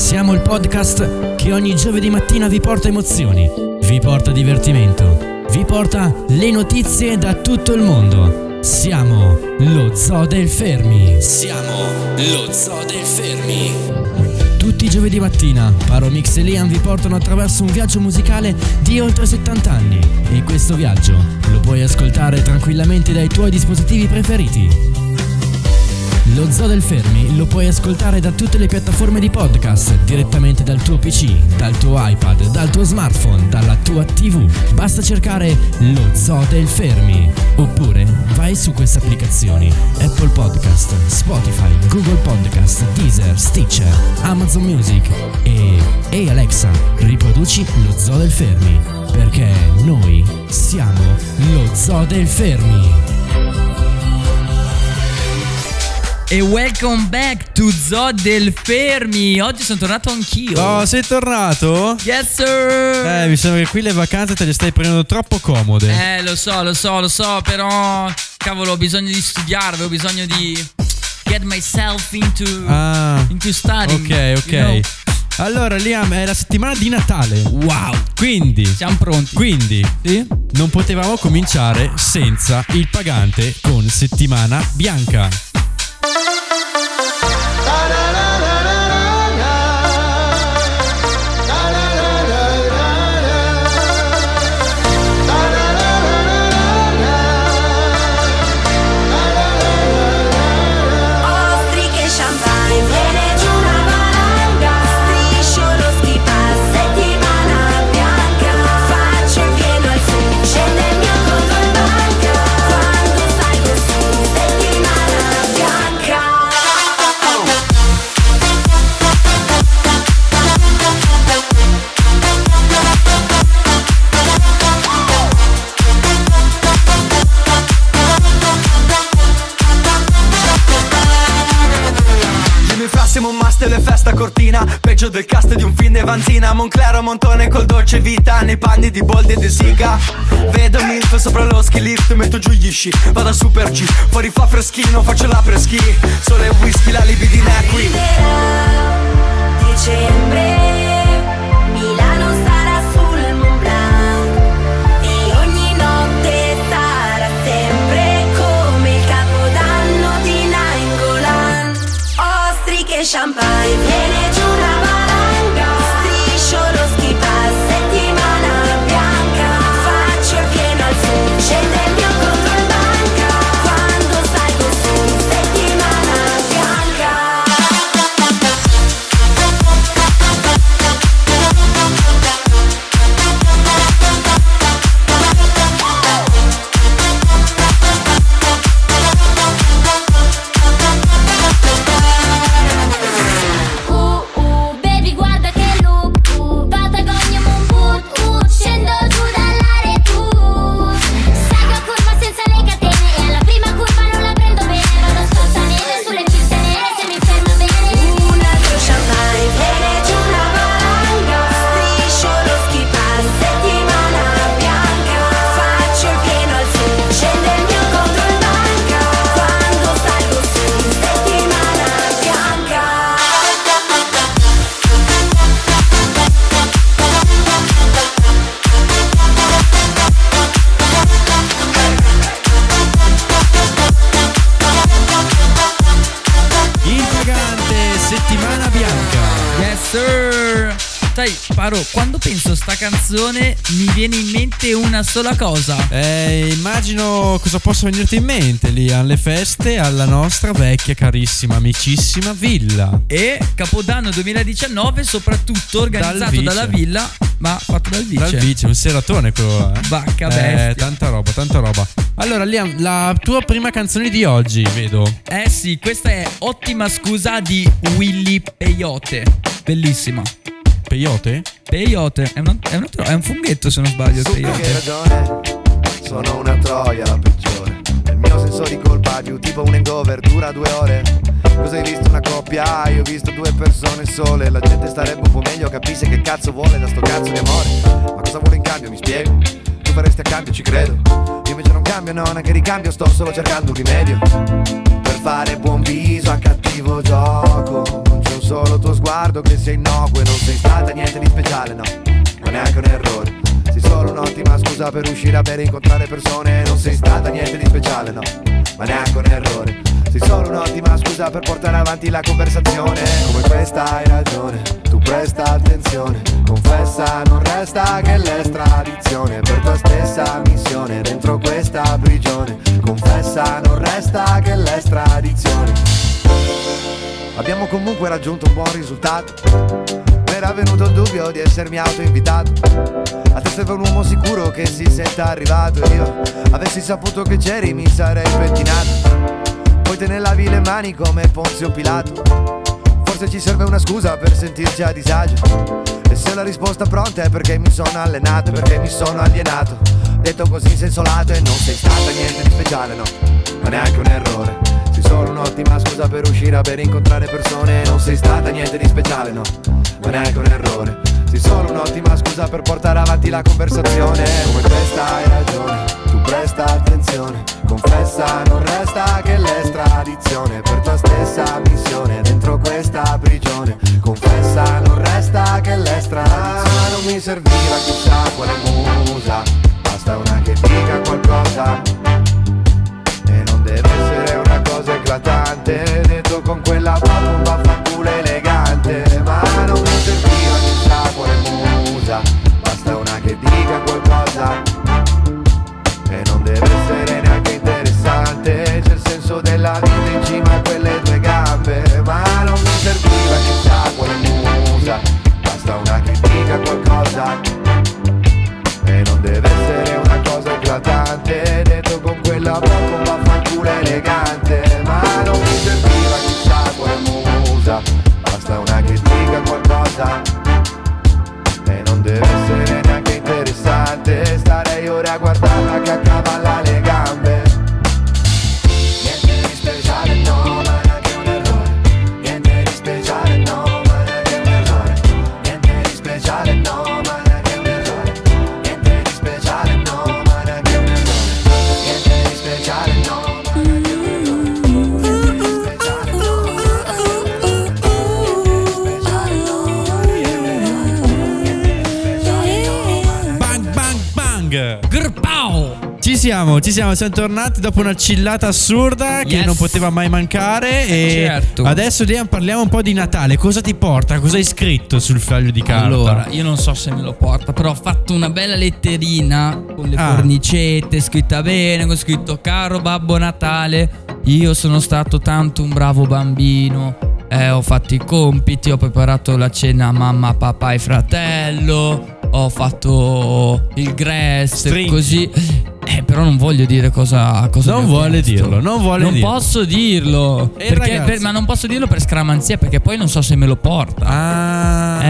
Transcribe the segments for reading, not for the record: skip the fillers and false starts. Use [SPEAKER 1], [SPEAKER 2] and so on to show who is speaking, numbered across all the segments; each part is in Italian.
[SPEAKER 1] Siamo il podcast che ogni giovedì mattina vi porta emozioni, vi porta divertimento, vi porta le notizie da tutto il mondo. Siamo lo Zoo del Fermi. Siamo lo Zoo del Fermi. Tutti i giovedì mattina Paro Mix e Liam vi portano attraverso un viaggio musicale di oltre 70 anni e questo viaggio lo puoi ascoltare tranquillamente dai tuoi dispositivi preferiti. Lo Zoo del Fermi lo puoi ascoltare da tutte le piattaforme di podcast, direttamente dal tuo PC, dal tuo iPad, dal tuo smartphone, dalla tua TV. Basta cercare lo Zoo del Fermi. Oppure vai su queste applicazioni: Apple Podcast, Spotify, Google Podcast, Deezer, Stitcher, Amazon Music e Alexa, riproduci lo Zoo del Fermi, perché noi siamo lo Zoo del Fermi.
[SPEAKER 2] E welcome back to Zoo del Fermi. Oggi sono tornato anch'io.
[SPEAKER 3] Oh, sei tornato?
[SPEAKER 2] Yes sir.
[SPEAKER 3] Mi sembra che qui le vacanze te le stai prendendo troppo comode.
[SPEAKER 2] Lo so, però cavolo, ho bisogno di studiare, avevo bisogno di get myself into studying.
[SPEAKER 3] Ok.
[SPEAKER 2] You know?
[SPEAKER 3] Allora Liam, è la settimana di Natale.
[SPEAKER 2] Wow.
[SPEAKER 3] Quindi
[SPEAKER 2] siamo pronti.
[SPEAKER 3] Sì? Non potevamo cominciare senza il pagante con Settimana Bianca.
[SPEAKER 4] Delle festa cortina, peggio del cast di un film di Vanzina. Monclero, Montone col dolce vita, nei panni di Boldi e De Siga. Vedo milf sopra lo ski lift, metto giù gli sci, vado a super G, fuori fa freschino, faccio la preschi. Sole e whisky, la libidina è qui.
[SPEAKER 5] Dicembre, Milano sarà sul Mont Blanc e ogni notte sarà sempre come il capodanno di Nainggolan. Ostriche, champagne, viene giù una valanga, striscio lo ski pass, settimana bianca, faccio il pieno al sud, scende il mio conto in banca, quando salgo su, settimana bianca.
[SPEAKER 6] Baby guarda che look, Patagonia Moon Boot, scendo giù dall'area tu, salgo a curva senza le catene e alla prima curva non la prendo bene, vado scorsa neve sulle piste nere se mi fermo bene.
[SPEAKER 5] Un altro champagne, viene giù una valanga, striscio lo ski pass, settimana bianca, faccio il pieno al sud, scende il mio conto in banca, quando salgo su, settimana bianca.
[SPEAKER 3] Il pagante, Settimana Bianca.
[SPEAKER 2] Yes sir. Sai, Paro, quando penso a sta canzone mi viene in mente una sola cosa.
[SPEAKER 3] Immagino cosa possa venirti in mente, Liam. Le feste alla nostra vecchia, carissima, amicissima villa.
[SPEAKER 2] E Capodanno 2019 soprattutto organizzato
[SPEAKER 3] Vice.
[SPEAKER 2] dalla villa, ma fatto dal vice.
[SPEAKER 3] Dal vice, un seratone quello là.
[SPEAKER 2] Vacca bestia.
[SPEAKER 3] Tanta roba. Allora Liam, la tua prima canzone di oggi, vedo.
[SPEAKER 2] Sì, questa è Ottima scusa di Willy Peyote. Bellissima.
[SPEAKER 3] Peyote?
[SPEAKER 2] Peyote è un funghetto se non sbaglio.
[SPEAKER 7] Su che
[SPEAKER 2] Peyote.
[SPEAKER 7] ragione, sono una troia la peggiore. Il mio senso di colpa più tipo un hangover dura 2 ore. Cosa hai visto una coppia? Io ho visto 2 persone sole. La gente starebbe un po' meglio, capisce che cazzo vuole da sto cazzo di amore. Ma cosa vuole in cambio, mi spiego? Tu faresti a cambio, ci credo. Io invece non cambio, no, neanche ricambio, sto solo cercando un rimedio per fare buon viso a cattivo gioco. Non c'è un solo tuo sguardo che sia innocuo e non sei stata niente di speciale, no, ma neanche un errore. Sei solo un'ottima scusa per uscire a bere e incontrare persone. Non sei stata niente di speciale, no, ma neanche un errore. Sei solo un'ottima scusa per portare avanti la conversazione. Come questa hai ragione, tu presta attenzione. Confessa, non resta che l'estradizione per tua stessa missione dentro questa prigione. Confessa, non resta che l'estradizione. Abbiamo comunque raggiunto un buon risultato. Era venuto il dubbio di essermi autoinvitato. A te serve un uomo sicuro che si senta arrivato. E io avessi saputo che c'eri mi sarei pettinato. Poi te ne lavi le mani come Ponzio Pilato. Forse ci serve una scusa per sentirci a disagio. E se la risposta pronta è perché mi sono allenato, perché mi sono alienato. Detto così insensolato e non sei stata niente di speciale, no, ma neanche un errore. Sei solo un'ottima scusa per uscire per incontrare persone. Non sei stata niente di speciale, no, ma neanche un errore. Sei solo un'ottima scusa per portare avanti la conversazione. Come questa hai ragione, tu presta attenzione. Confessa, non resta che l'estradizione per tua stessa missione dentro questa prigione. Confessa, non resta che l'estradizione. Non mi serviva chissà quale musa, basta una che dica qualcosa. E non deve essere una cosa eclatante, detto con quella voce un vaffanculo elegante. Ma non mi serviva chissà quale musa, basta una che dica qualcosa. E non deve essere neanche interessante, c'è il senso della vita in cima a quelle due gambe. Ma non mi serviva chissà quale musa, basta una che dica qualcosa. E non deve essere una cosa eclatante, detto con quella bocca un vaffanculo elegante. Ma non mi serviva chissà quale musa, basta una che dica qualcosa. E non deve essere neanche interessante, starei ora a guardarla che accavalla le gambe. Niente di speciale, no, ma neanche un errore. Niente di speciale, no, ma neanche un errore. Niente di speciale, no, ma neanche un errore. Niente di speciale, no, ma neanche un errore. Niente di speciale, no, ma neanche un errore. Niente di speciale, no, ma
[SPEAKER 3] Ci siamo tornati dopo una chillata assurda che non poteva mai mancare. E
[SPEAKER 2] certo.
[SPEAKER 3] Adesso Liam parliamo un po' di Natale. Cosa ti porta? Cosa hai scritto sul foglio di carta?
[SPEAKER 2] Allora, io non so se me lo porta, però ho fatto una bella letterina con le cornicette, scritta bene, con scritto: caro Babbo Natale, io sono stato tanto un bravo bambino. Ho fatto i compiti, ho preparato la cena a mamma, papà e fratello. Ho fatto il grass, così. Però non voglio dire cosa
[SPEAKER 3] non vuole dirlo. Non
[SPEAKER 2] posso dirlo. Ma non posso dirlo per scaramanzia, perché poi non so se me lo porta.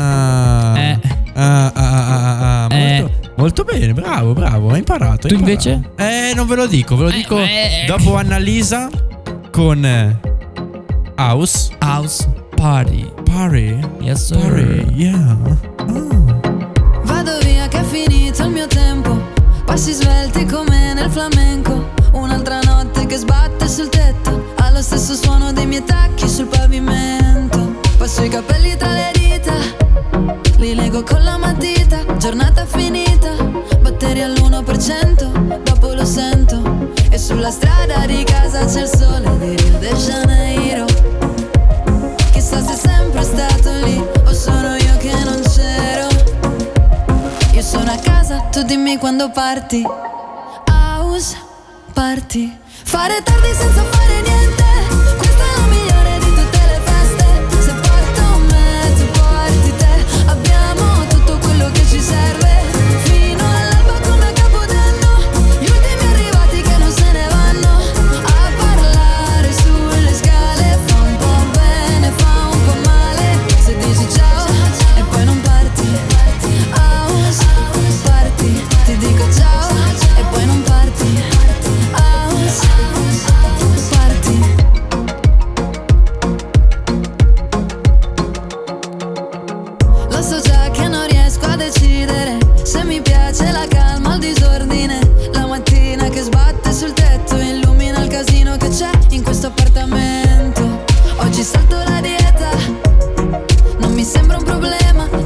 [SPEAKER 3] Molto bene, bravo, hai imparato.
[SPEAKER 2] Tu invece?
[SPEAKER 3] Non ve lo dico, dopo Annalisa con House Party.
[SPEAKER 2] Yes sir.
[SPEAKER 3] Party, yeah.
[SPEAKER 8] Vado via che è finito il mio tempo, passi svelti come nel flamenco. Un'altra notte che sbatte sul tetto, allo stesso suono dei miei tacchi sul pavimento. Passo i capelli tra le dita, li lego con la matita. Giornata finita, batteria all'1%, dopo lo sento. E sulla strada di casa c'è il sole di Rio de Janeiro. Chissà se è sempre stato lì o sono io che non c'ero. Io sono a casa, tu dimmi quando parti. House party. Fare tardi senza fare niente, questa è la migliore di tutte le feste. Se porto me, tu porti te. Abbiamo tutto quello che ci serve. Fino all'alba come a Capodanno. Gli ultimi arrivati che non se ne vanno a parlare sulle scale. Fa un po' bene, fa un po' male se dici ciao e poi non parti. House party, ti dico ciao e poi non parti. House party.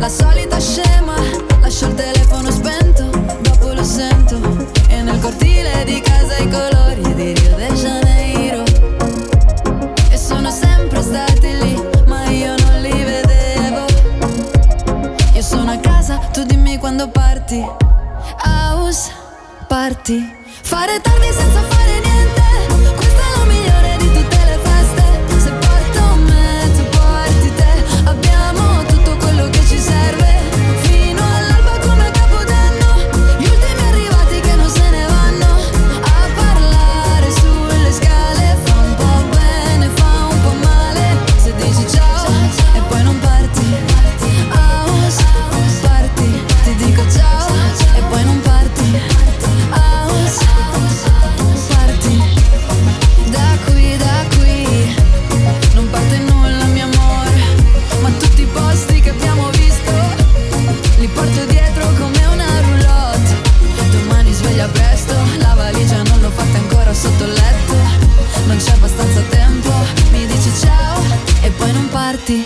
[SPEAKER 8] La solita scema, lascio il telefono spento, dopo lo sento. E nel cortile di casa i colori di Rio de Janeiro. E sono sempre stati lì, ma io non li vedevo. Io sono a casa, tu dimmi quando parti. House party. Fare tardi senza fare niente, questa è la migliore di tutte le feste. Se porto me, tu porti te. Abbiamo tutto quello che ci serve, fino all'alba come a Capodanno. Gli ultimi arrivati che non se ne vanno a parlare sulle scale. Fa un po' bene, fa un po' male se dici ciao e poi non parti. House party, ti dico ciao e poi non parti. House party, da qui non parte nulla mio amore, ma tutti i posti che abbiamo visto li porto dietro come una roulotte. Domani sveglia presto, la valigia non l'ho fatta ancora sotto il letto. Non c'è abbastanza tempo, mi dici ciao e poi non parti.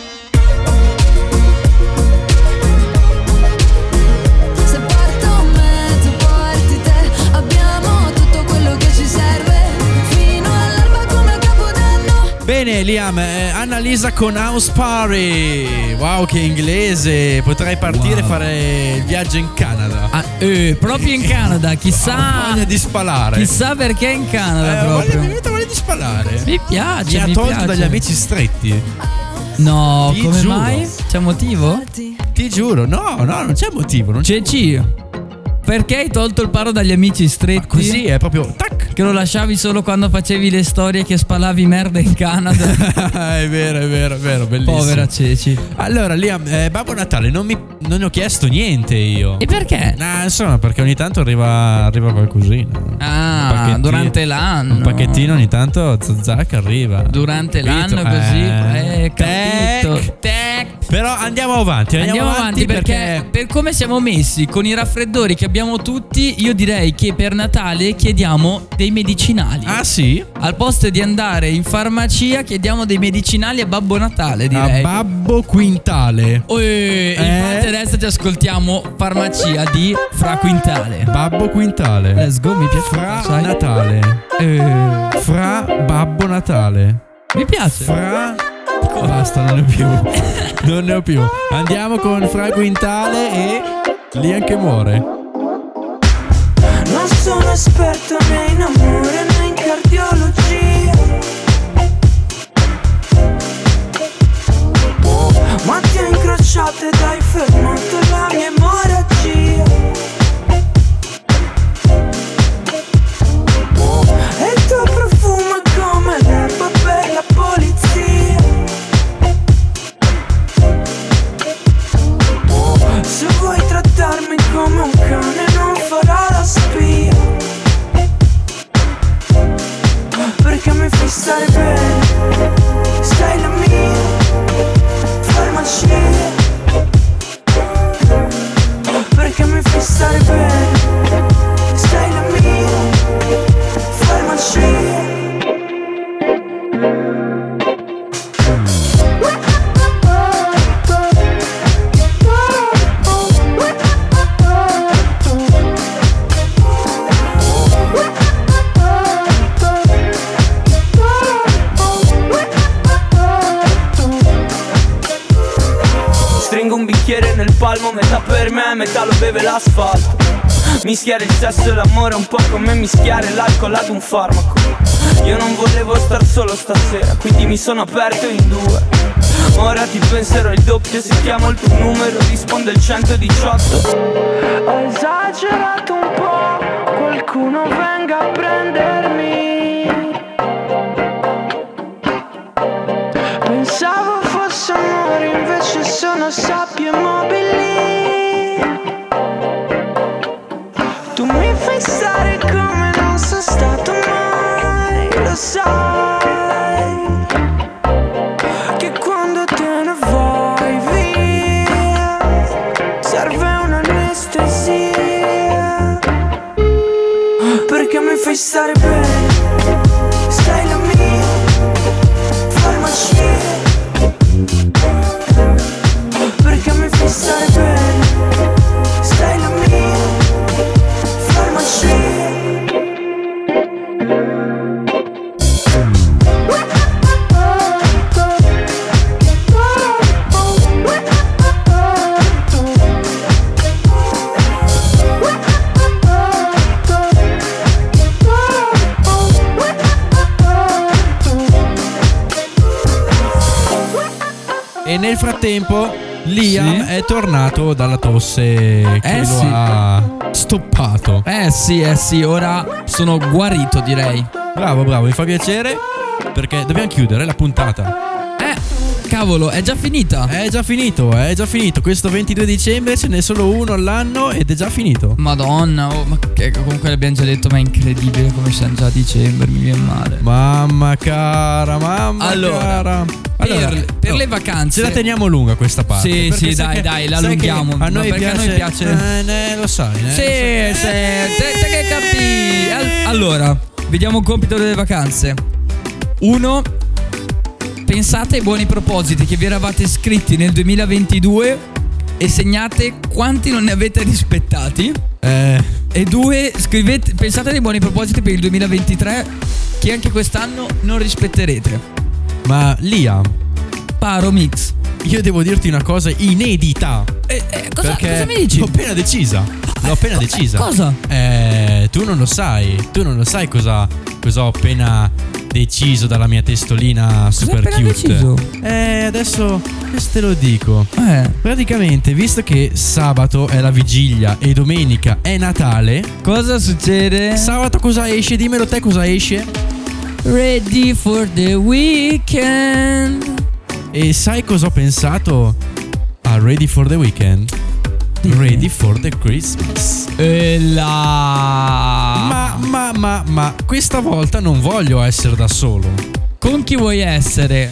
[SPEAKER 8] Se porto me, tu porti te. Abbiamo tutto quello che ci serve, fino all'alba come a Capodanno.
[SPEAKER 3] Bene Liam, Annalisa con House Party. Wow, che inglese. Potrei partire e fare il viaggio in Canada.
[SPEAKER 2] Proprio in Canada, chissà.
[SPEAKER 3] Voglia di spalare.
[SPEAKER 2] Chissà perché in Canada proprio.
[SPEAKER 3] Mi voglia di spalare.
[SPEAKER 2] Mi piace.
[SPEAKER 3] Mi ha tolto dagli amici stretti.
[SPEAKER 2] No,
[SPEAKER 3] Ti
[SPEAKER 2] come
[SPEAKER 3] giuro.
[SPEAKER 2] mai? C'è motivo?
[SPEAKER 3] Ti giuro, no, non c'è motivo. Non c'è.
[SPEAKER 2] Ceci, perché hai tolto il paro dagli amici stretti?
[SPEAKER 3] Così è proprio tac.
[SPEAKER 2] Che lo lasciavi solo quando facevi le storie che spalavi merda in Canada.
[SPEAKER 3] È vero, bellissimo.
[SPEAKER 2] Povera Ceci.
[SPEAKER 3] Allora Liam, Babbo Natale non ne ho chiesto niente io.
[SPEAKER 2] E perché?
[SPEAKER 3] Insomma, perché ogni tanto arriva qualcosina.
[SPEAKER 2] Ah,
[SPEAKER 3] Un pacchettino-
[SPEAKER 2] durante l'anno.
[SPEAKER 3] Un pacchettino ogni tanto zazzac arriva.
[SPEAKER 2] Durante
[SPEAKER 3] Capito?
[SPEAKER 2] l'anno così. Capito.
[SPEAKER 3] Però andiamo avanti
[SPEAKER 2] perché per come siamo messi con i raffreddori che abbiamo tutti, io direi che per Natale chiediamo dei medicinali.
[SPEAKER 3] Ah sì?
[SPEAKER 2] Al posto di andare in farmacia chiediamo dei medicinali a Babbo Natale,
[SPEAKER 3] A
[SPEAKER 2] direi.
[SPEAKER 3] Babbo Quintale.
[SPEAKER 2] Infatti adesso ci ascoltiamo Farmacia di Fra Quintale.
[SPEAKER 3] Babbo Quintale.
[SPEAKER 2] Let's go, mi piace.
[SPEAKER 3] Fra
[SPEAKER 2] sai?
[SPEAKER 3] Natale. Fra Babbo Natale.
[SPEAKER 2] Mi piace.
[SPEAKER 3] Fra. Basta, non ne ho più. Andiamo con Fra Quintale e lì anche muore.
[SPEAKER 9] Non sono esperto né in amore né in cardiologia, ma ti ho incrociato ed hai fermato la mia emorragia. E il tuo profumo è come l'erba per la polizia. Se vuoi trattarmi come un cane non farò la spia, perché mi fai stare bene. Sei la mia farmacia, perché mi fai stare bene. Sei la mia farmacia. Stringo un bicchiere nel palmo, metà per me, metà lo beve l'asfalto. Mischiare il sesso e l'amore è un po' come mischiare l'alcol ad un farmaco. Io non volevo star solo stasera, quindi mi sono aperto in due. Ora ti penserò il doppio, se chiamo il tuo numero risponde il 118. Ho esagerato un po', qualcuno venga a prendermi. Pensavo fosse amore, invece sono sabbie mobili. Tu mi fai stare come non sono stato mai, lo sai, che quando te ne vai via serve un'anestesia, perché mi fai stare bene. Sei la mia farmacia, perché mi fai
[SPEAKER 3] nel frattempo Liam
[SPEAKER 2] Sì.
[SPEAKER 3] è tornato dalla tosse che lo
[SPEAKER 2] sì.
[SPEAKER 3] ha stoppato.
[SPEAKER 2] Sì, ora sono guarito, direi.
[SPEAKER 3] Bravo, mi fa piacere perché dobbiamo chiudere la puntata.
[SPEAKER 2] Cavolo, è già finita.
[SPEAKER 3] È già finito. Questo 22 dicembre ce n'è solo uno all'anno ed è già finito.
[SPEAKER 2] Madonna, ma che, comunque l'abbiamo già detto, ma è incredibile come siamo già a dicembre, mi viene male.
[SPEAKER 3] Mamma cara, cara.
[SPEAKER 2] Per le vacanze
[SPEAKER 3] ce la teniamo lunga questa parte.
[SPEAKER 2] Sì,
[SPEAKER 3] perché
[SPEAKER 2] sì,
[SPEAKER 3] sai
[SPEAKER 2] dai, la
[SPEAKER 3] sai che
[SPEAKER 2] allunghiamo.
[SPEAKER 3] A noi
[SPEAKER 2] perché
[SPEAKER 3] piace,
[SPEAKER 2] a noi piace.
[SPEAKER 3] lo sai,
[SPEAKER 2] Sì, te che capi. Allora, vediamo un compito delle vacanze. 1. Pensate ai buoni propositi che vi eravate scritti nel 2022 e segnate quanti non ne avete rispettati. E 2. Pensate ai buoni propositi per il 2023 che anche quest'anno non rispetterete.
[SPEAKER 3] Ma Liam,
[SPEAKER 2] Paro Mix,
[SPEAKER 3] io devo dirti una cosa inedita.
[SPEAKER 2] cosa mi dici?
[SPEAKER 3] L'ho appena decisa.
[SPEAKER 2] Cosa?
[SPEAKER 3] Tu non lo sai cosa ho appena deciso dalla mia testolina super
[SPEAKER 2] appena
[SPEAKER 3] cute.
[SPEAKER 2] deciso?
[SPEAKER 3] Adesso te lo dico. Praticamente, visto che sabato è la vigilia e domenica è Natale,
[SPEAKER 2] Cosa succede?
[SPEAKER 3] sabato cosa esce? Dimmelo te cosa esce.
[SPEAKER 2] Ready for the weekend.
[SPEAKER 3] E sai cosa ho pensato? A Ready for the Weekend. Ready for the Christmas.
[SPEAKER 2] E là.
[SPEAKER 3] Ma questa volta non voglio essere da solo.
[SPEAKER 2] Con chi vuoi essere?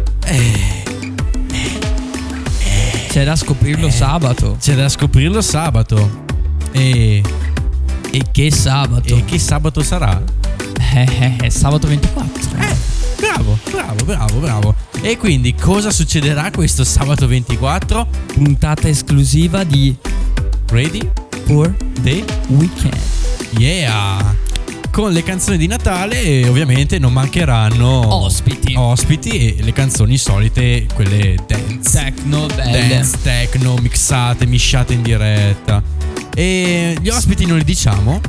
[SPEAKER 2] C'è da scoprirlo sabato.
[SPEAKER 3] C'è da scoprirlo sabato. E
[SPEAKER 2] che sabato?
[SPEAKER 3] che sabato sarà?
[SPEAKER 2] Sabato 24.
[SPEAKER 3] Bravo. E quindi cosa succederà questo sabato 24?
[SPEAKER 2] Puntata esclusiva di
[SPEAKER 3] Ready
[SPEAKER 2] for
[SPEAKER 3] the
[SPEAKER 2] Weekend.
[SPEAKER 3] Yeah! Con le canzoni di Natale e ovviamente non mancheranno ospiti e le canzoni solite, quelle dance, techno, mixate, misciate in diretta. E gli ospiti non li diciamo.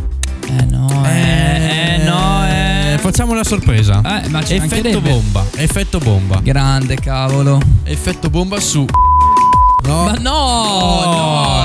[SPEAKER 3] Facciamo una sorpresa.
[SPEAKER 2] Ma ci
[SPEAKER 3] Effetto bomba.
[SPEAKER 2] Grande, cavolo.
[SPEAKER 3] Effetto bomba su. No.
[SPEAKER 2] Ma no,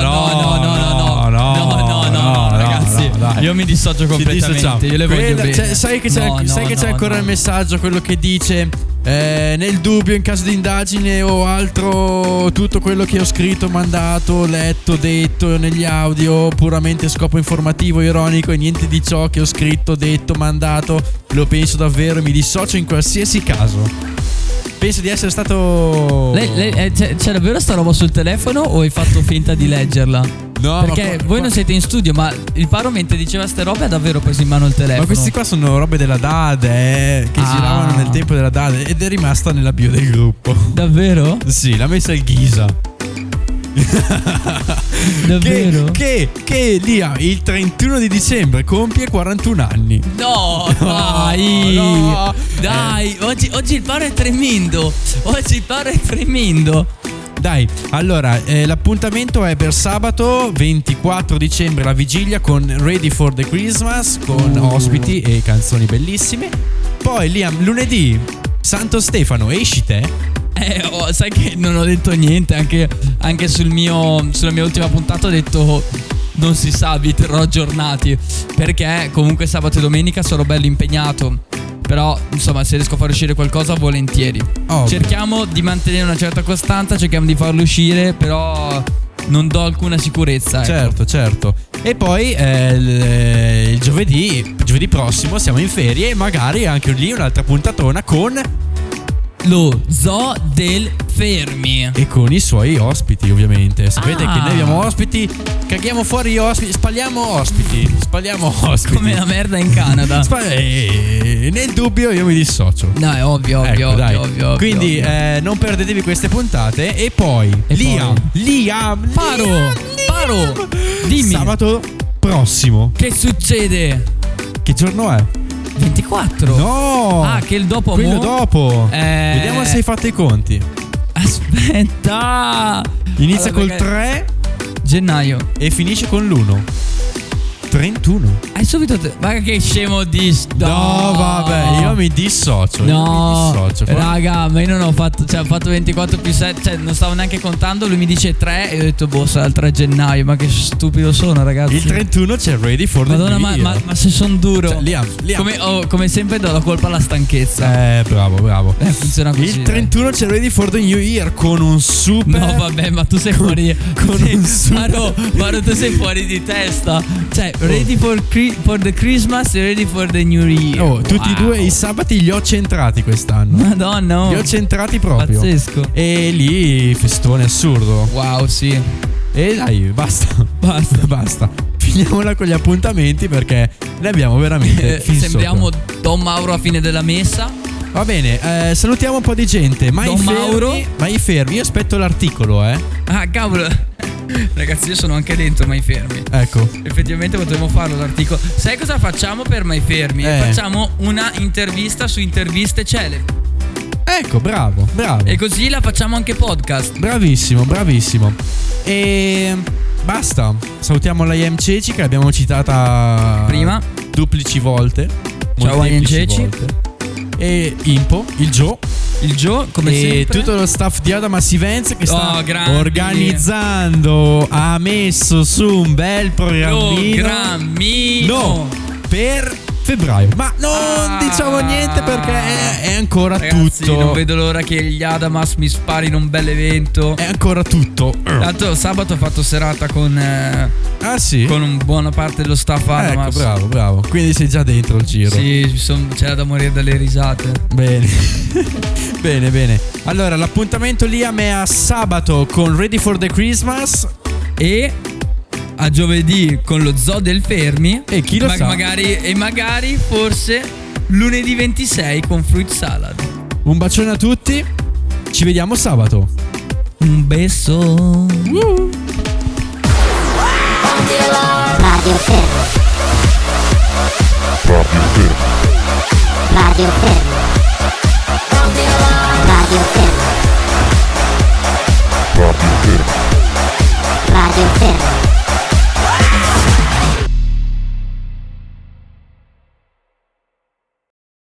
[SPEAKER 2] ragazzi.
[SPEAKER 3] Dai.
[SPEAKER 2] Io mi dissocio completamente. Io le voglio bene.
[SPEAKER 3] Sai che c'è ancora il messaggio, quello che dice nel dubbio, in caso di indagine o altro, tutto quello che ho scritto, mandato, letto, detto negli audio, puramente scopo informativo, ironico, e niente di ciò che ho scritto, detto, mandato lo penso davvero e mi dissocio in qualsiasi caso. Penso di essere stato...
[SPEAKER 2] C'è davvero sta roba sul telefono o hai fatto finta di leggerla?
[SPEAKER 3] No,
[SPEAKER 2] perché voi non siete in studio, ma il Paro mentre diceva ste robe ha davvero preso in mano il telefono.
[SPEAKER 3] Ma questi qua sono robe della Dade, che giravano nel tempo della Dade, ed è rimasta nella bio del gruppo.
[SPEAKER 2] Davvero?
[SPEAKER 3] Sì, l'ha messa il Ghisa.
[SPEAKER 2] Davvero?
[SPEAKER 3] Che Liam il 31 di dicembre compie 41 anni.
[SPEAKER 2] No, dai. Oggi il Paro è tremendo.
[SPEAKER 3] Dai, allora l'appuntamento è per sabato 24 dicembre, la vigilia, con Ready for the Christmas, con ospiti e canzoni bellissime. Poi Liam, lunedì Santo Stefano, esci te?
[SPEAKER 2] Sai che non ho detto niente. Anche sulla mia ultima puntata ho detto non si sa, vi terrò aggiornati, perché comunque sabato e domenica sarò bello impegnato. Però insomma, se riesco a far uscire qualcosa, volentieri. Cerchiamo di mantenere una certa costanza, cerchiamo di farlo uscire, però non do alcuna sicurezza, ecco.
[SPEAKER 3] Certo. E poi il giovedì prossimo siamo in ferie e magari anche lì un'altra puntatona con
[SPEAKER 2] lo Zoo del Fermi
[SPEAKER 3] e con i suoi ospiti, ovviamente. Sapete che noi abbiamo ospiti, caghiamo fuori gli ospiti, spalliamo ospiti.
[SPEAKER 2] Come la merda in Canada.
[SPEAKER 3] Nel dubbio io mi dissocio.
[SPEAKER 2] No, è ovvio.
[SPEAKER 3] Quindi non perdetevi queste puntate. E poi Liam,
[SPEAKER 2] Paro, dimmi.
[SPEAKER 3] Sabato prossimo
[SPEAKER 2] che succede?
[SPEAKER 3] Che giorno è?
[SPEAKER 2] 24.
[SPEAKER 3] No.
[SPEAKER 2] Che il dopo.
[SPEAKER 3] Quello dopo. Vediamo se hai fatto i conti.
[SPEAKER 2] Aspetta.
[SPEAKER 3] Inizia col 3
[SPEAKER 2] gennaio
[SPEAKER 3] e finisce con l'1. 31.
[SPEAKER 2] Hai subito ma che scemo
[SPEAKER 3] No, vabbè, io mi dissocio.
[SPEAKER 2] Raga, ma io non ho fatto, cioè ho fatto 24 più 7, cioè non stavo neanche contando, lui mi dice 3 e ho detto boh, sarà il 3 gennaio, ma che stupido sono, ragazzi.
[SPEAKER 3] Il 31 c'è Ready for the
[SPEAKER 2] Madonna,
[SPEAKER 3] New Year.
[SPEAKER 2] ma se sono duro.
[SPEAKER 3] Cioè, Liam.
[SPEAKER 2] Come sempre do la colpa alla stanchezza.
[SPEAKER 3] Bravo.
[SPEAKER 2] Funziona così.
[SPEAKER 3] Il 31 c'è Ready for the New Year con un super.
[SPEAKER 2] No, vabbè, ma tu sei fuori.
[SPEAKER 3] Con un super.
[SPEAKER 2] Maro, tu sei fuori di testa. Cioè, ready for the Christmas e ready for the New Year.
[SPEAKER 3] Oh, tutti e due i sabati li ho centrati quest'anno.
[SPEAKER 2] Madonna,
[SPEAKER 3] Li ho centrati proprio.
[SPEAKER 2] Pazzesco.
[SPEAKER 3] E lì festone assurdo.
[SPEAKER 2] Wow, sì.
[SPEAKER 3] E dai, basta. Finiamola con gli appuntamenti perché ne abbiamo veramente fin
[SPEAKER 2] sembriamo
[SPEAKER 3] sopra.
[SPEAKER 2] Don Mauro a fine della messa.
[SPEAKER 3] Va bene, salutiamo un po' di gente.
[SPEAKER 2] Don Mauro.
[SPEAKER 3] Mai fermi, io aspetto l'articolo,
[SPEAKER 2] Ah, cavolo. Ragazzi, io sono anche dentro Mai Fermi.
[SPEAKER 3] Ecco.
[SPEAKER 2] Effettivamente potremmo farlo l'articolo. Sai cosa facciamo per Mai Fermi? Facciamo una intervista su interviste celebri.
[SPEAKER 3] Ecco, bravo.
[SPEAKER 2] E così la facciamo anche podcast.
[SPEAKER 3] Bravissimo. E basta. Salutiamo la IM Ceci che l'abbiamo citata
[SPEAKER 2] prima
[SPEAKER 3] duplici volte.
[SPEAKER 2] Ciao IM Ceci.
[SPEAKER 3] E Impo, il Joe,
[SPEAKER 2] come sempre,
[SPEAKER 3] e tutto lo staff di Adamas Events che sta
[SPEAKER 2] grandi.
[SPEAKER 3] organizzando. Ha messo su un bel programmino per febbraio, ma non diciamo niente perché è ancora,
[SPEAKER 2] ragazzi,
[SPEAKER 3] tutto.
[SPEAKER 2] Non vedo l'ora che gli Adamas mi sparino un bel evento.
[SPEAKER 3] È ancora tutto.
[SPEAKER 2] Tanto sabato ho fatto serata con
[SPEAKER 3] sì?
[SPEAKER 2] Con una buona parte dello staff Adamas.
[SPEAKER 3] Ecco, bravo. Quindi sei già dentro il giro.
[SPEAKER 2] Sì, c'era da morire dalle risate.
[SPEAKER 3] Bene. bene. Allora, l'appuntamento lì a me a sabato con Ready for the Christmas
[SPEAKER 2] e a giovedì con lo Zoo del Fermi.
[SPEAKER 3] E chi lo sa?
[SPEAKER 2] Magari forse lunedì 26 con Fruit Salad.
[SPEAKER 3] Un bacione a tutti. Ci vediamo sabato.
[SPEAKER 2] Un beso.
[SPEAKER 6] Radio Fermo. Radio Fermo.